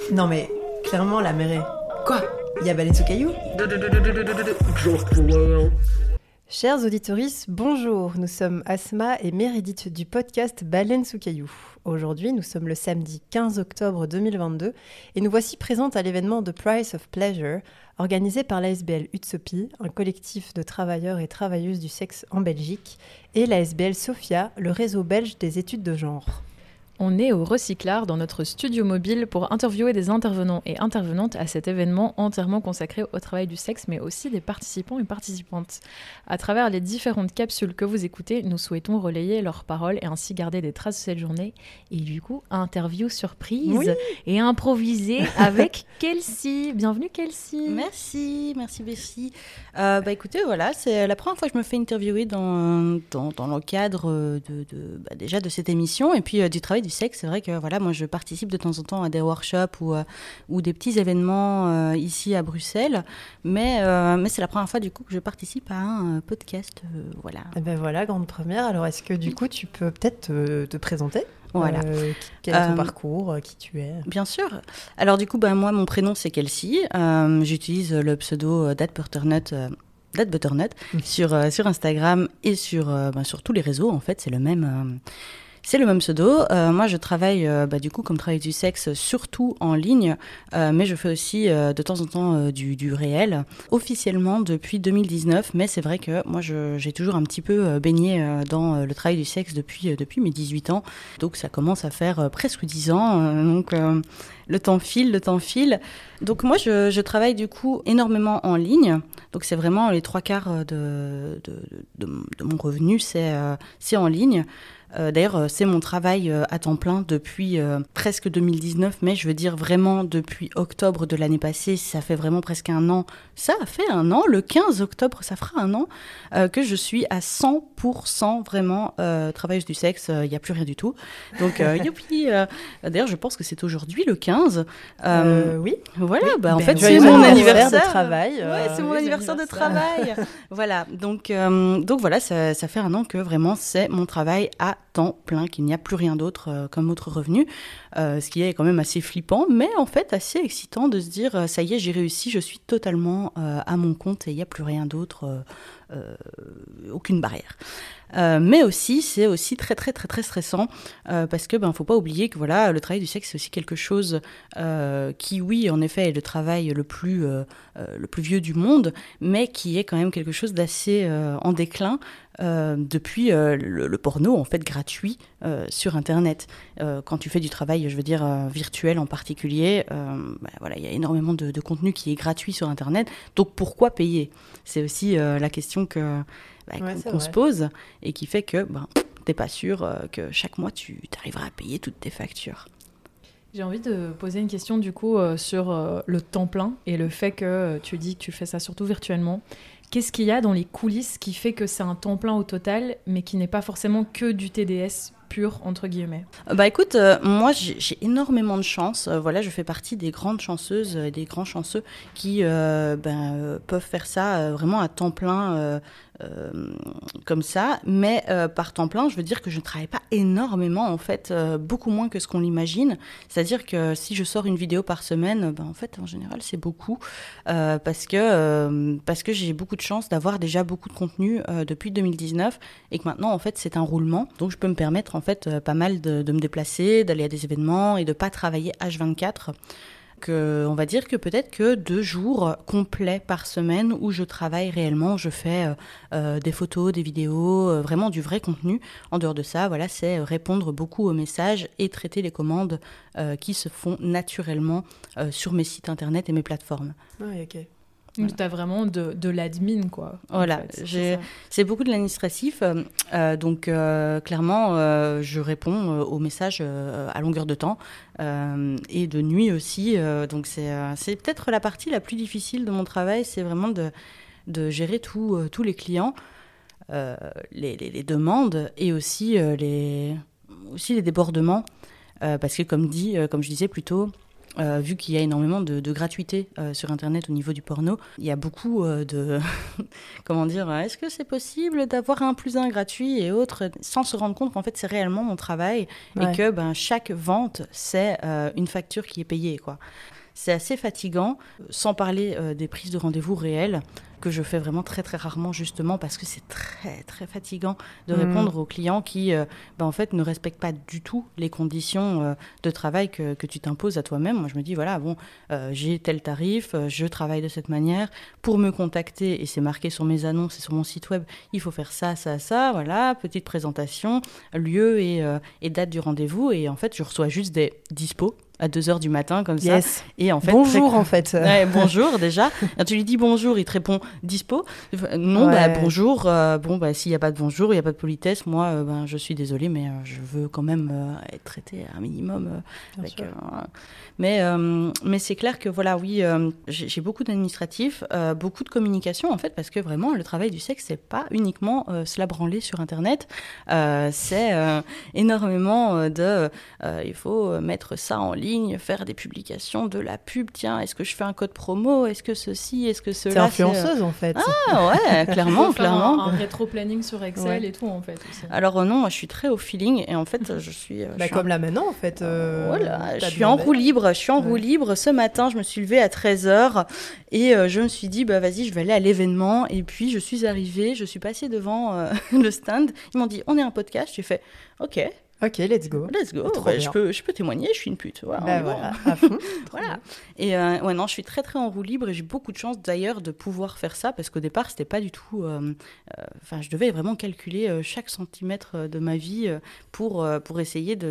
Non mais, clairement, la mer est... Quoi? Il y a Baleine sous caillou. Chers auditoris, bonjour. Nous sommes Asma et Meredith du podcast Baleine sous caillou. Aujourd'hui, nous sommes le samedi 15 octobre 2022 et nous voici présentes à l'événement The Price of Pleasure, organisé par l'ASBL Utopie, un collectif de travailleurs et travailleuses du sexe en Belgique, et l'ASBL Sophia, le réseau belge des études de genre. On est au Recyclard dans notre studio mobile pour interviewer des intervenants et intervenantes à cet événement entièrement consacré au travail du sexe, mais aussi des participants et participantes. À travers les différentes capsules que vous écoutez, nous souhaitons relayer leurs paroles et ainsi garder des traces de cette journée. Et du coup, interview surprise et improvisée avec Kelsey. Bienvenue Kelsey. Merci Bessie. Écoutez, voilà, c'est la première fois que je me fais interviewer dans le cadre déjà de cette émission et puis du travail du sexe. C'est vrai que voilà, moi je participe de temps en temps à des workshops ou des petits événements ici à Bruxelles, mais c'est la première fois du coup que je participe à un podcast. Voilà. Et ben voilà, grande première. Alors est-ce que du coup tu peux peut-être te présenter? Voilà. Quel est ton parcours, qui tu es? Bien sûr. Alors du coup, moi mon prénom c'est Kelsey. J'utilise le pseudo Butternut sur Instagram et sur tous les réseaux. En fait, c'est le même. C'est le même pseudo. Moi, je travaille, du coup, comme travail du sexe, surtout en ligne, mais je fais aussi de temps en temps du réel, officiellement depuis 2019. Mais c'est vrai que moi, j'ai toujours un petit peu baigné dans le travail du sexe depuis mes 18 ans. Donc, ça commence à faire presque 10 ans. Le temps file. Donc, moi, je travaille du coup énormément en ligne. Donc, c'est vraiment les 3/4 de mon revenu, c'est en ligne. D'ailleurs, c'est mon travail à temps plein depuis presque 2019, mais je veux dire vraiment depuis octobre de l'année passée, ça fait vraiment presque un an. Ça a fait un an, le 15 octobre, ça fera un an que je suis à 100% vraiment travailleuse du sexe, il n'y a plus rien du tout. Donc, youpi. D'ailleurs, je pense que c'est aujourd'hui le 15. Oui. Voilà, oui. En fait, c'est mon anniversaire de travail. Ouais, c'est mon anniversaire de travail. Voilà, donc voilà, ça fait un an que vraiment c'est mon travail à temps plein, qu'il n'y a plus rien d'autre comme autre revenu, ce qui est quand même assez flippant, mais en fait assez excitant de se dire ça y est, j'ai réussi, je suis totalement à mon compte et il n'y a plus rien d'autre, aucune barrière. Mais aussi, c'est aussi très très très très stressant parce que faut pas oublier que voilà, le travail du sexe c'est aussi quelque chose qui, oui, en effet, est le travail le plus vieux du monde, mais qui est quand même quelque chose d'assez en déclin depuis le porno en fait gratuit sur Internet. Quand tu fais du travail, je veux dire virtuel en particulier, il y a énormément de contenu qui est gratuit sur Internet. Donc pourquoi payer ? C'est aussi la question qu'on se pose et qui fait que t'es pas sûr que chaque mois tu arriveras à payer toutes tes factures. J'ai envie de poser une question du coup sur le temps plein et le fait que tu dis que tu fais ça surtout virtuellement. Qu'est-ce qu'il y a dans les coulisses qui fait que c'est un temps plein au total, mais qui n'est pas forcément que du TDS pur, entre guillemets? Écoute, moi j'ai énormément de chance. Je fais partie des grandes chanceuses et des grands chanceux qui peuvent faire ça vraiment à temps plein comme ça. Mais par temps plein, je veux dire que je ne travaille pas énormément, en fait, beaucoup moins que ce qu'on l'imagine. C'est-à-dire que si je sors une vidéo par semaine, en fait, en général, c'est beaucoup. Parce que j'ai beaucoup de chance d'avoir déjà beaucoup de contenu depuis 2019 et que maintenant, en fait, c'est un roulement. Donc, je peux me permettre, en fait, pas mal de me déplacer, d'aller à des événements et de pas travailler H24. On va dire que peut-être que 2 jours complets par semaine où je travaille réellement, je fais des photos, des vidéos, vraiment du vrai contenu. En dehors de ça, voilà, c'est répondre beaucoup aux messages et traiter les commandes qui se font naturellement sur mes sites internet et mes plateformes. Oui, ok. Donc, tu as vraiment de l'admin, quoi. Voilà, en fait, c'est beaucoup de l'administratif. Donc, clairement, je réponds aux messages à longueur de temps et de nuit aussi. Donc, c'est peut-être la partie la plus difficile de mon travail, c'est vraiment de gérer tous les clients, les demandes et aussi les débordements. Parce que, comme je disais plus tôt, vu qu'il y a énormément de gratuité sur Internet au niveau du porno, il y a beaucoup de... comment dire, est-ce que c'est possible d'avoir un plus un gratuit et autres, sans se rendre compte qu'en fait, c'est réellement mon travail et que chaque vente, c'est une facture qui est payée, quoi. C'est assez fatigant, sans parler des prises de rendez-vous réelles, que je fais vraiment très très rarement justement parce que c'est très très fatigant de répondre aux clients qui en fait ne respectent pas du tout les conditions de travail que tu t'imposes à toi-même. Moi je me dis voilà j'ai tel tarif, je travaille de cette manière, pour me contacter et c'est marqué sur mes annonces et sur mon site web, il faut faire ça, voilà, petite présentation, lieu et date du rendez-vous et en fait je reçois juste des dispos à 2h du matin, comme ça. Et en fait, bonjour, en fait. Ouais, bonjour, déjà. Quand tu lui dis bonjour, il te répond dispo. Non, bonjour. S'il n'y a pas de bonjour, il n'y a pas de politesse. Moi, je suis désolée, mais je veux quand même être traitée un minimum. Mais c'est clair que, voilà, oui, j'ai beaucoup d'administratifs, beaucoup de communication, en fait, parce que vraiment, le travail du sexe, c'est pas uniquement se la branler sur Internet. C'est énormément il faut mettre ça en ligne, faire des publications, de la pub, tiens, est-ce que je fais un code promo, est-ce que ceci, est-ce que cela... T'es influenceuse en fait. Ah ouais, clairement. Un rétro-planning sur Excel et tout en fait. Aussi. Alors non, moi je suis très au feeling et en fait je suis... comme là maintenant en fait. Voilà, je suis en roue libre, Ce matin, je me suis levée à 13h et je me suis dit, vas-y, je vais aller à l'événement et puis je suis arrivée, je suis passée devant le stand, ils m'ont dit, on est un podcast, j'ai fait, Ok, let's go. Je peux témoigner, je suis une pute. Voilà, à fond. Voilà. Et je suis très très en roue libre et j'ai beaucoup de chance d'ailleurs de pouvoir faire ça parce qu'au départ, c'était pas du tout. Je devais vraiment calculer chaque centimètre de ma vie pour essayer de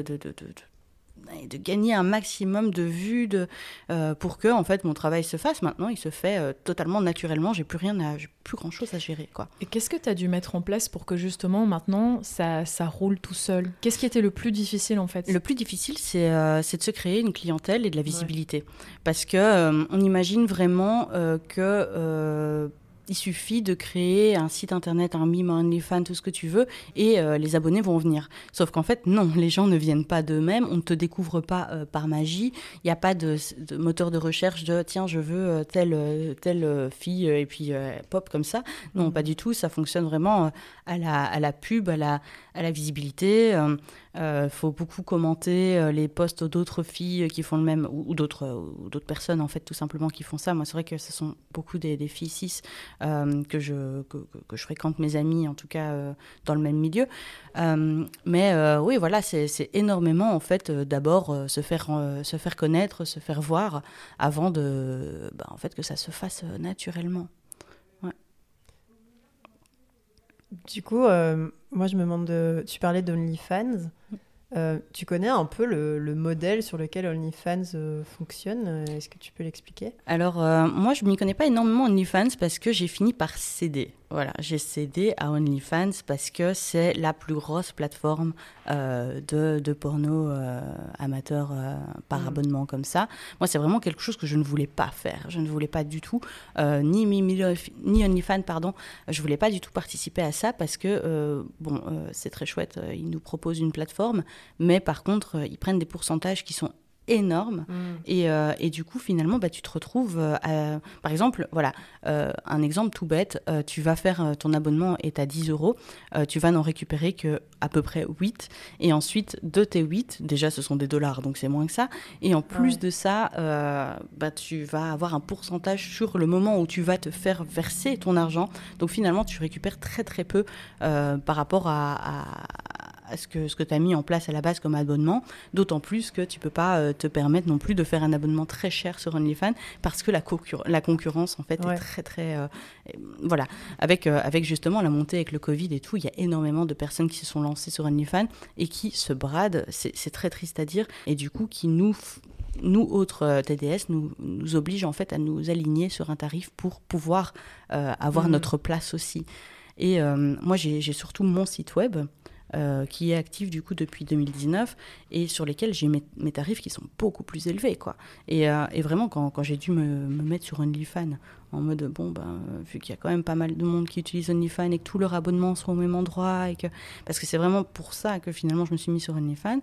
gagner un maximum de vues pour que en fait mon travail se fasse. Maintenant il se fait totalement naturellement, j'ai plus grand chose à gérer, quoi. Et qu'est-ce que tu as dû mettre en place pour que justement maintenant ça roule tout seul? Qu'est-ce qui était le plus difficile en fait? Le plus difficile c'est de se créer une clientèle et de la visibilité parce que on imagine vraiment que il suffit de créer un site internet, un mime, un OnlyFans, tout ce que tu veux, et les abonnés vont venir. Sauf qu'en fait, non, les gens ne viennent pas d'eux-mêmes, on ne te découvre pas par magie, il n'y a pas de moteur de recherche de « tiens, je veux telle fille » et puis pop comme ça. Non, pas du tout, ça fonctionne vraiment à la pub, à la visibilité. Faut beaucoup commenter les posts d'autres filles qui font le même, ou d'autres personnes en fait tout simplement qui font ça. Moi c'est vrai que ce sont beaucoup des filles cis que je fréquente, mes amis en tout cas dans le même milieu. Oui voilà, c'est énormément en fait d'abord se faire connaître, se faire voir avant en fait que ça se fasse naturellement. Du coup, moi je me demande, tu parlais d'OnlyFans. Tu connais un peu le modèle sur lequel OnlyFans fonctionne? Est-ce que tu peux l'expliquer? Alors, moi, je ne m'y connais pas énormément en OnlyFans parce que j'ai fini par céder. Voilà, j'ai cédé à OnlyFans parce que c'est la plus grosse plateforme de porno amateur par abonnement comme ça. Moi, c'est vraiment quelque chose que je ne voulais pas faire. Je ne voulais pas du tout, ni OnlyFans, pardon. Je ne voulais pas du tout participer à ça parce que, c'est très chouette, ils nous proposent une plateforme, mais par contre, ils prennent des pourcentages qui sont énorme et du coup finalement tu te retrouves par exemple un exemple tout bête, tu vas faire ton abonnement est à 10 €, tu vas n'en récupérer que à peu près 8 et ensuite de tes 8 déjà ce sont des dollars donc c'est moins que ça et en plus de ça tu vas avoir un pourcentage sur le moment où tu vas te faire verser ton argent, donc finalement tu récupères très très peu par rapport à ce que tu as mis en place à la base comme abonnement, d'autant plus que tu peux pas te permettre non plus de faire un abonnement très cher sur OnlyFans parce que la concurrence en fait est très très voilà, avec justement la montée avec le Covid et tout, il y a énormément de personnes qui se sont lancées sur OnlyFans et qui se bradent, c'est très triste à dire, et du coup qui nous autres TDS nous oblige en fait à nous aligner sur un tarif pour pouvoir avoir notre place aussi. Et moi j'ai surtout mon site web qui est active du coup depuis 2019 et sur lesquels j'ai mes tarifs qui sont beaucoup plus élevés, quoi. Et vraiment, quand j'ai dû me mettre sur OnlyFans, en mode, vu qu'il y a quand même pas mal de monde qui utilise OnlyFans et que tous leurs abonnements sont au même endroit, parce que c'est vraiment pour ça que finalement je me suis mis sur OnlyFans,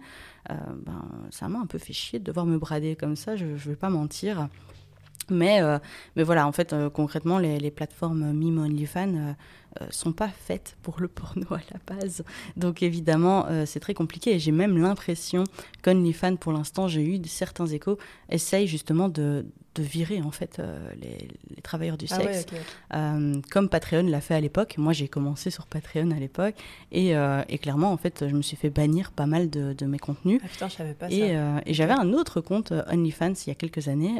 ça m'a un peu fait chier de devoir me brader comme ça, je vais pas mentir. Mais voilà, en fait, concrètement, les plateformes Mime OnlyFans sont pas faites pour le porno à la base. Donc évidemment, c'est très compliqué. Et j'ai même l'impression qu'OnlyFans, pour l'instant, j'ai eu certains échos, essaye justement de virer en fait les travailleurs du sexe, comme Patreon l'a fait à l'époque. Moi, j'ai commencé sur Patreon à l'époque et clairement, en fait, je me suis fait bannir pas mal de mes contenus. Ah putain, je savais pas ça. Et j'avais un autre compte OnlyFans il y a quelques années.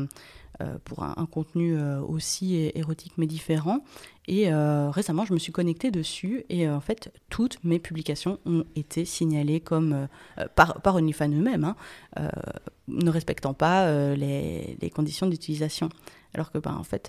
Pour un contenu aussi érotique mais différent. Et récemment, je me suis connectée dessus et en fait, toutes mes publications ont été signalées comme par OnlyFans eux-mêmes, ne respectant pas les conditions d'utilisation. Alors que, en fait...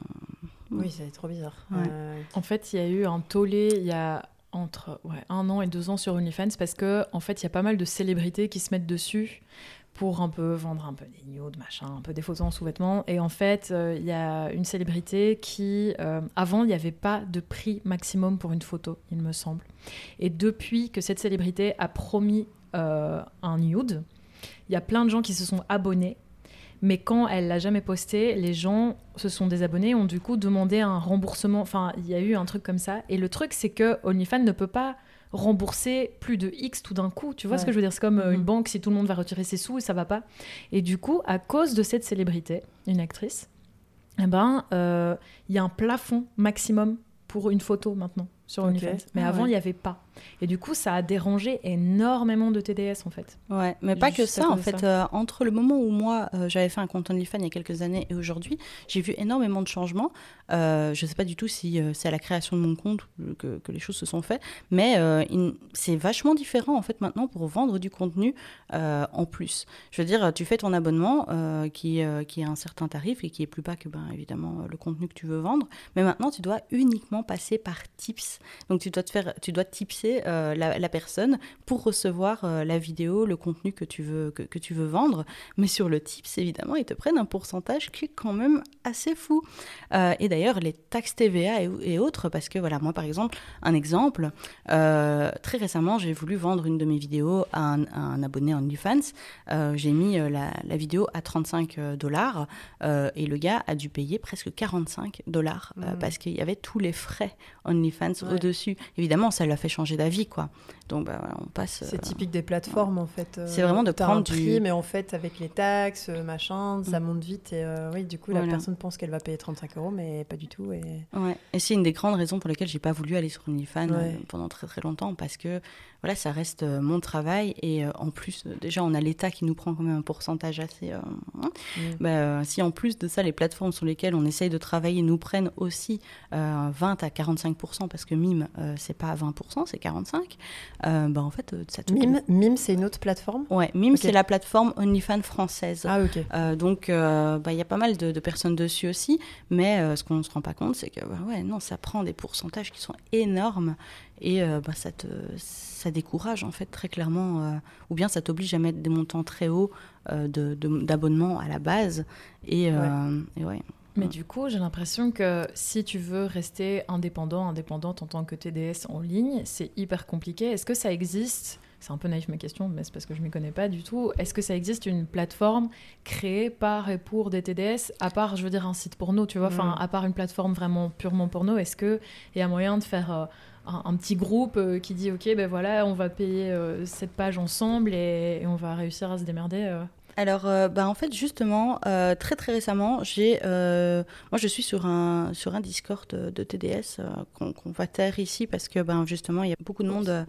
Oui, c'est trop bizarre. Ouais. En fait, il y a eu un tollé il y a entre 1 an et 2 ans sur OnlyFans parce que en fait, il y a pas mal de célébrités qui se mettent dessus pour un peu vendre un peu des nudes, machin, un peu des photos en sous-vêtements. Et en fait, il y a une célébrité qui... avant, il n'y avait pas de prix maximum pour une photo, il me semble. Et depuis que cette célébrité a promis un nude, il y a plein de gens qui se sont abonnés. Mais quand elle ne l'a jamais posté, les gens se sont désabonnés et ont du coup demandé un remboursement. Enfin, il y a eu un truc comme ça. Et le truc, c'est que OnlyFans ne peut pas rembourser plus de X tout d'un coup, tu vois ce que je veux dire, c'est comme une banque, si tout le monde va retirer ses sous, ça va pas. Et du coup, à cause de cette célébrité, une actrice, il y a un plafond maximum pour une photo maintenant sur OnlyFans. Mais avant, il n'y avait pas. Et du coup, ça a dérangé énormément de TDS, en fait. Ouais, mais pas que ça, en fait. Entre le moment où moi, j'avais fait un compte OnlyFans il y a quelques années et aujourd'hui, j'ai vu énormément de changements. Je ne sais pas du tout si c'est à la création de mon compte que les choses se sont faites, mais c'est vachement différent, en fait, maintenant, pour vendre du contenu en plus. Je veux dire, tu fais ton abonnement qui a un certain tarif et qui est plus bas que, évidemment, le contenu que tu veux vendre. Mais maintenant, tu dois uniquement passer par tips. Donc, tu dois tipser la personne pour recevoir la vidéo, le contenu que tu veux vendre. Mais sur le tips, évidemment, ils te prennent un pourcentage qui est quand même assez fou. Et d'ailleurs, les taxes TVA et autres, parce que voilà, moi par exemple, un exemple, très récemment, j'ai voulu vendre une de mes vidéos à un abonné OnlyFans. J'ai mis la vidéo à $35 et le gars a dû payer presque $45 parce qu'il y avait tous les frais OnlyFans au-dessus. Évidemment, ça l'a fait changer d'avis, quoi. Donc, voilà, on passe... C'est typique des plateformes, en fait. C'est vraiment de prendre un prix, mais en fait, avec les taxes, machin, ça monte vite. Et oui, du coup, la personne pense qu'elle va payer 35 €, mais pas du tout. Et c'est une des grandes raisons pour lesquelles j'ai pas voulu aller sur OnlyFans pendant très, très longtemps, parce que, voilà, ça reste mon travail. Et en plus, déjà, on a l'État qui nous prend quand même un pourcentage assez... si en plus de ça, les plateformes sur lesquelles on essaye de travailler nous prennent aussi 20 à 45%, parce que Mime, c'est pas 20%, c'est 45%, en fait, ça te... Mime, c'est une autre plateforme ? Ouais, Mime, c'est la plateforme OnlyFans française. Ah, ok. Donc, y a pas mal de personnes dessus aussi, mais ce qu'on ne se rend pas compte, c'est que ça prend des pourcentages qui sont énormes et ça décourage, en fait, très clairement, ou bien ça t'oblige à mettre des montants très hauts d'abonnement à la base. Mais du coup, j'ai l'impression que si tu veux rester indépendante en tant que TDS en ligne, c'est hyper compliqué. Est-ce que ça existe ? C'est un peu naïf ma question, mais c'est parce que je ne m'y connais pas du tout. Est-ce que ça existe une plateforme créée par et pour des TDS, à part, je veux dire, un site porno, tu vois, enfin, à part une plateforme vraiment purement porno, est-ce qu'il y a moyen de faire un petit groupe qui dit, OK, voilà, on va payer cette page ensemble et on va réussir à se démerder Alors, en fait, justement, très très récemment, moi je suis sur un Discord de TDS qu'on va taire ici parce que, justement, il y a beaucoup de monde,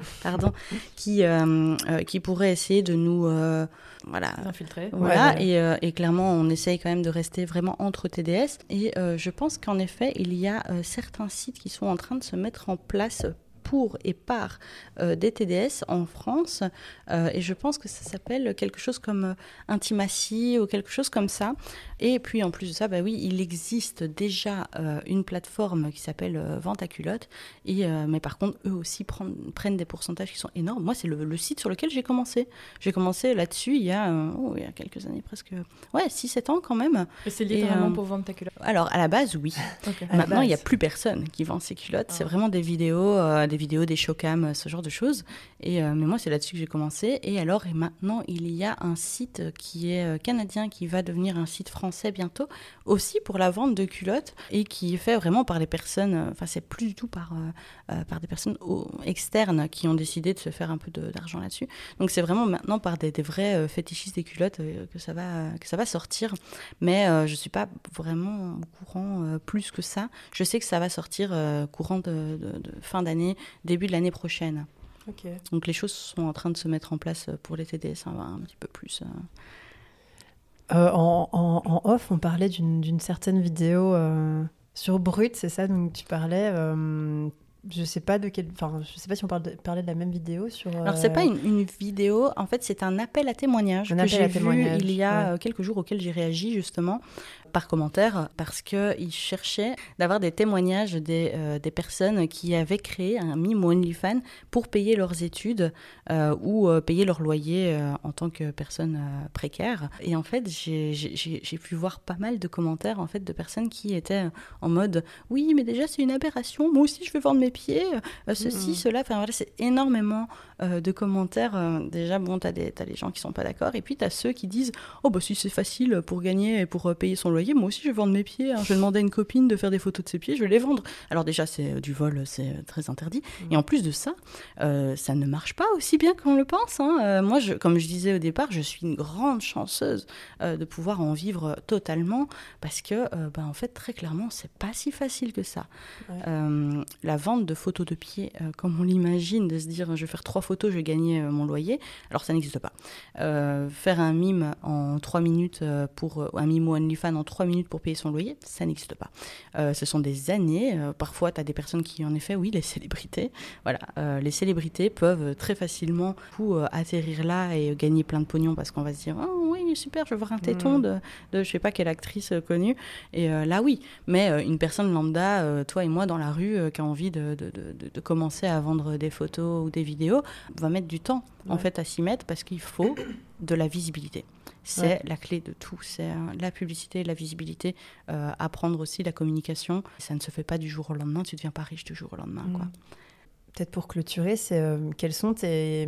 qui pourrait essayer de nous, infiltrer. Voilà, et clairement, on essaye quand même de rester vraiment entre TDS. Et je pense qu'en effet, il y a certains sites qui sont en train de se mettre en place pour et par des TDS en France. Et je pense que ça s'appelle quelque chose comme Intimacy ou quelque chose comme ça. Et puis en plus de ça, il existe déjà une plateforme qui s'appelle Vente à culotte. Mais par contre, eux aussi prennent des pourcentages qui sont énormes. Moi, c'est le site sur lequel j'ai commencé. J'ai commencé là-dessus il y a quelques années, presque 6-7 ans quand même. Et c'est littéralement pour vendre ta culotte? Alors, à la base, oui. Okay. Maintenant, il n'y a plus personne qui vend ses culottes. C'est vraiment des vidéos, des showcams, ce genre de choses. Mais moi, c'est là-dessus que j'ai commencé. Et maintenant, il y a un site qui est canadien, qui va devenir un site français bientôt, aussi pour la vente de culottes, et qui est fait vraiment par les personnes, c'est plus du tout par des personnes externes qui ont décidé de se faire un peu d'argent là-dessus. Donc, c'est vraiment maintenant par des vrais fétichistes des culottes que ça va sortir. Mais je ne suis pas vraiment au courant plus que ça. Je sais que ça va sortir courant de fin d'année, début de l'année prochaine. Okay. Donc les choses sont en train de se mettre en place pour les TDS un petit peu plus. En off, on parlait d'une certaine vidéo sur Brut, c'est ça dont tu parlais. Je sais pas si on parlait de la même vidéo sur. Alors c'est pas une vidéo, en fait c'est un appel à témoignage que j'ai vu il y a quelques jours, auquel j'ai réagi justement par commentaire, parce qu'ils cherchaient d'avoir des témoignages des personnes qui avaient créé un mime OnlyFans pour payer leurs études ou payer leur loyer en tant que personne précaire. Et en fait, j'ai pu voir pas mal de commentaires en fait, de personnes qui étaient en mode « Oui, mais déjà, c'est une aberration. Moi aussi, je vais vendre mes pieds. Ceci, cela. » Enfin, voilà, c'est énormément de commentaires. Déjà, bon, t'as les gens qui sont pas d'accord. Et puis, t'as ceux qui disent « Oh, bah si c'est facile pour gagner et pour payer son loyer, moi aussi je vais vendre mes pieds, hein. Je vais demander à une copine de faire des photos de ses pieds, je vais les vendre. » Alors déjà c'est du vol, c'est très interdit. Et en plus de ça, ça ne marche pas aussi bien qu'on le pense, hein. Moi, comme je disais au départ, je suis une grande chanceuse de pouvoir en vivre totalement, parce que en fait très clairement c'est pas si facile que ça. Ouais. La vente de photos de pieds, comme on l'imagine, de se dire je vais faire 3 photos, je vais gagner mon loyer, alors ça n'existe pas. Faire un mime en 3 minutes pour un mime OnlyFans en 3 minutes pour payer son loyer, ça n'existe pas. Ce sont des années. Parfois, tu as des personnes qui, en effet, oui, les célébrités. Voilà, les célébrités peuvent très facilement atterrir là et gagner plein de pognon, parce qu'on va se dire « Oh oui, super, je veux voir un téton de je sais pas quelle actrice connue. » Et là, oui. Mais une personne lambda, toi et moi, dans la rue, qui a envie de commencer à vendre des photos ou des vidéos, va mettre du temps, en fait, à s'y mettre, parce qu'il faut de la visibilité. C'est la clé de tout, c'est la publicité, la visibilité, apprendre aussi la communication. Ça ne se fait pas du jour au lendemain, tu ne deviens pas riche du jour au lendemain. Quoi. Peut-être pour clôturer, quels sont tes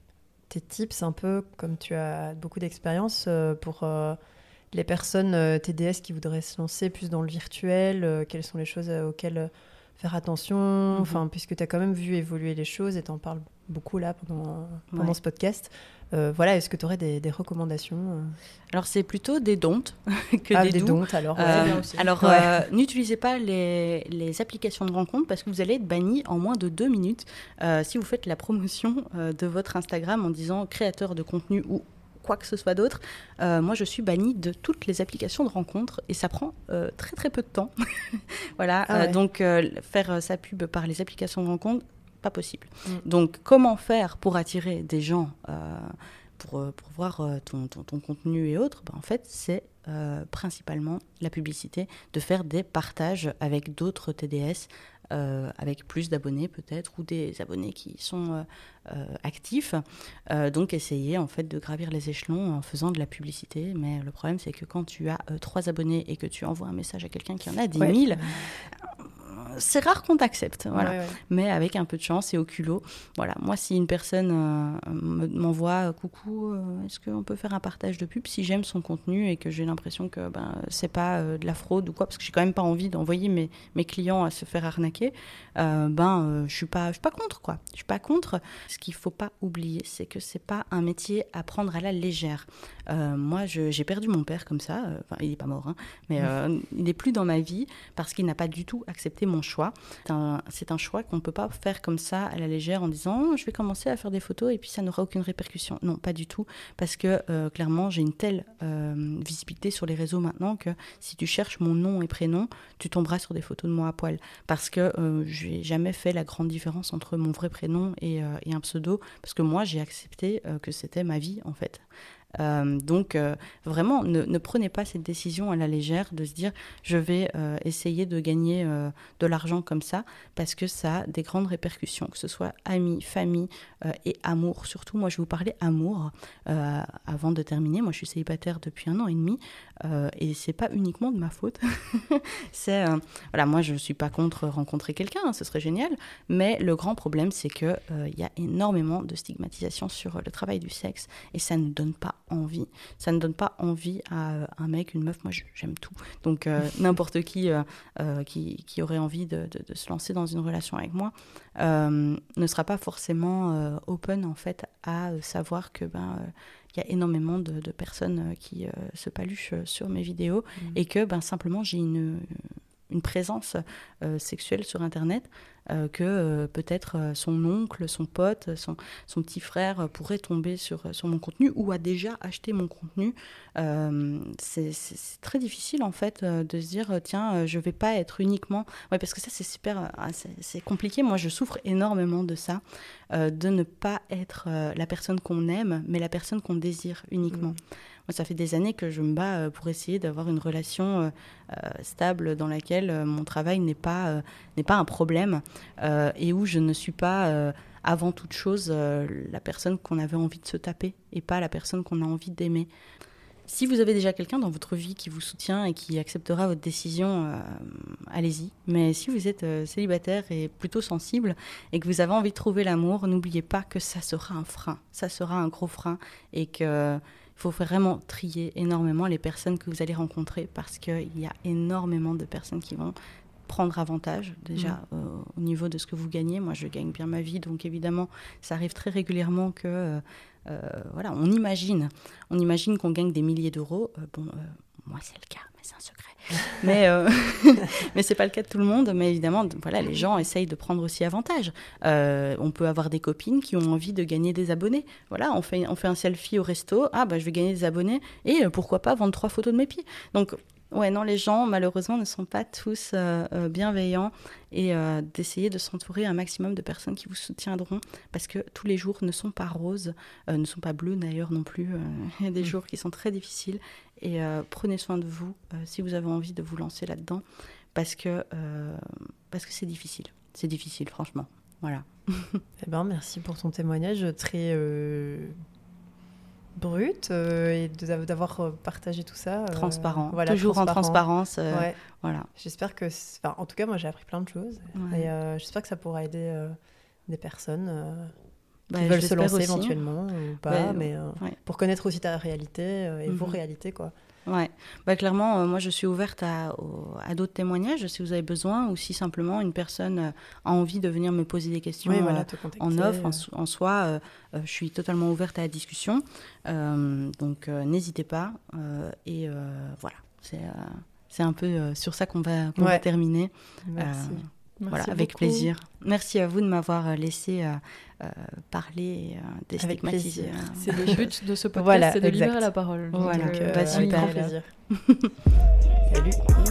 tips, un peu, comme tu as beaucoup d'expérience, pour les personnes TDS qui voudraient se lancer plus dans le virtuel, quelles sont les choses auxquelles faire attention, puisque tu as quand même vu évoluer les choses et tu en parles beaucoup là pendant ce podcast. Est-ce que tu aurais des recommandations Alors, c'est plutôt des don'ts que des don'ts. Alors, n'utilisez pas les applications de rencontre, parce que vous allez être banni en moins de 2 minutes si vous faites la promotion de votre Instagram en disant créateur de contenu ou quoi que ce soit d'autre. Moi, je suis bannie de toutes les applications de rencontre et ça prend très très peu de temps. Voilà, donc faire sa pub par les applications de rencontre, pas possible. Donc, comment faire pour attirer des gens pour voir ton contenu et autres? En fait, c'est principalement la publicité, de faire des partages avec d'autres TDS, avec plus d'abonnés peut-être, ou des abonnés qui sont actifs. Donc essayer en fait de gravir les échelons en faisant de la publicité. Mais le problème, c'est que quand tu as 3 abonnés et que tu envoies un message à quelqu'un qui en a 10 000... c'est rare qu'on t'accepte, voilà. Mais avec un peu de chance et au culot. Voilà. Moi, si une personne m'envoie « Coucou, est-ce qu'on peut faire un partage de pub ?» Si j'aime son contenu et que j'ai l'impression que c'est pas de la fraude ou quoi, parce que j'ai quand même pas envie d'envoyer mes clients à se faire arnaquer, je suis pas contre, quoi. Je suis pas contre. Ce qu'il faut pas oublier, c'est que c'est pas un métier à prendre à la légère. Moi, j'ai perdu mon père comme ça. Il est pas mort, hein, mais il est plus dans ma vie parce qu'il n'a pas du tout accepté mon choix. C'est un choix qu'on ne peut pas faire comme ça à la légère en disant je vais commencer à faire des photos et puis ça n'aura aucune répercussion. Non, pas du tout, parce que clairement j'ai une telle visibilité sur les réseaux maintenant que si tu cherches mon nom et prénom, tu tomberas sur des photos de moi à poil, parce que je n'ai jamais fait la grande différence entre mon vrai prénom et un pseudo, parce que moi j'ai accepté que c'était ma vie en fait. Donc vraiment ne prenez pas cette décision à la légère de se dire je vais essayer de gagner de l'argent comme ça, parce que ça a des grandes répercussions, que ce soit amis, famille et amour. Surtout moi je vais vous parler amour avant de terminer. Moi je suis célibataire depuis 1 an et demi et c'est pas uniquement de ma faute. C'est voilà, moi je suis pas contre rencontrer quelqu'un, hein, ce serait génial, mais le grand problème c'est que y a énormément de stigmatisation sur le travail du sexe et ça ne donne pas envie. Ça ne donne pas envie à un mec, une meuf. Moi, j'aime tout. Donc, n'importe qui aurait envie de se lancer dans une relation avec moi ne sera pas forcément open, en fait, à savoir que y a énormément de personnes qui se paluchent sur mes vidéos et que simplement j'ai une présence sexuelle sur Internet que peut-être son oncle, son pote, son petit frère pourrait tomber sur mon contenu ou a déjà acheté mon contenu. C'est très difficile en fait de se dire tiens, je vais pas être uniquement... Ouais, parce que ça c'est super... c'est compliqué. Moi je souffre énormément de ça, de ne pas être la personne qu'on aime, mais la personne qu'on désire uniquement. Moi, ça fait des années que je me bats pour essayer d'avoir une relation stable dans laquelle mon travail n'est pas un problème et où je ne suis pas, avant toute chose, la personne qu'on avait envie de se taper et pas la personne qu'on a envie d'aimer. Si vous avez déjà quelqu'un dans votre vie qui vous soutient et qui acceptera votre décision, allez-y. Mais si vous êtes célibataire et plutôt sensible et que vous avez envie de trouver l'amour, n'oubliez pas que ça sera un frein. Ça sera un gros frein et que... Il faut vraiment trier énormément les personnes que vous allez rencontrer parce qu'il y a énormément de personnes qui vont prendre avantage déjà au niveau de ce que vous gagnez. Moi, je gagne bien ma vie, donc évidemment, ça arrive très régulièrement que, voilà, on imagine qu'on gagne des milliers d'euros. Moi, c'est le cas, mais c'est un secret. Mais c'est pas le cas de tout le monde. Mais évidemment, voilà, les gens essayent de prendre aussi avantage. On peut avoir des copines qui ont envie de gagner des abonnés. Voilà, on fait un selfie au resto. Ah, je vais gagner des abonnés. Et pourquoi pas vendre 3 photos de mes pieds. Donc, ouais, non, les gens, malheureusement, ne sont pas tous bienveillants et d'essayer de s'entourer un maximum de personnes qui vous soutiendront parce que tous les jours ne sont pas roses, ne sont pas bleus d'ailleurs non plus. Il y a des jours qui sont très difficiles et prenez soin de vous si vous avez envie de vous lancer là-dedans parce que c'est difficile. C'est difficile, franchement. Voilà. Eh ben, merci pour ton témoignage très... brut et d'avoir partagé tout ça. Transparent, voilà, toujours en transparence. Ouais. Voilà. J'espère que... en tout cas, moi, j'ai appris plein de choses. Ouais. Et j'espère que ça pourra aider des personnes qui veulent se lancer aussi, éventuellement ou pas, mais pour connaître aussi ta réalité et vos réalités, quoi. Ouais, clairement, moi je suis ouverte à d'autres témoignages si vous avez besoin ou si simplement une personne a envie de venir me poser des questions en off, en soi, je suis totalement ouverte à la discussion. Donc n'hésitez pas. Et voilà, c'est un peu sur ça qu'on va terminer. Merci. Voilà, avec plaisir. Merci à vous de m'avoir laissé parler et déstigmatiser. C'est le but de ce podcast, c'est de libérer la parole. Voilà, donc, super plaisir. Salut.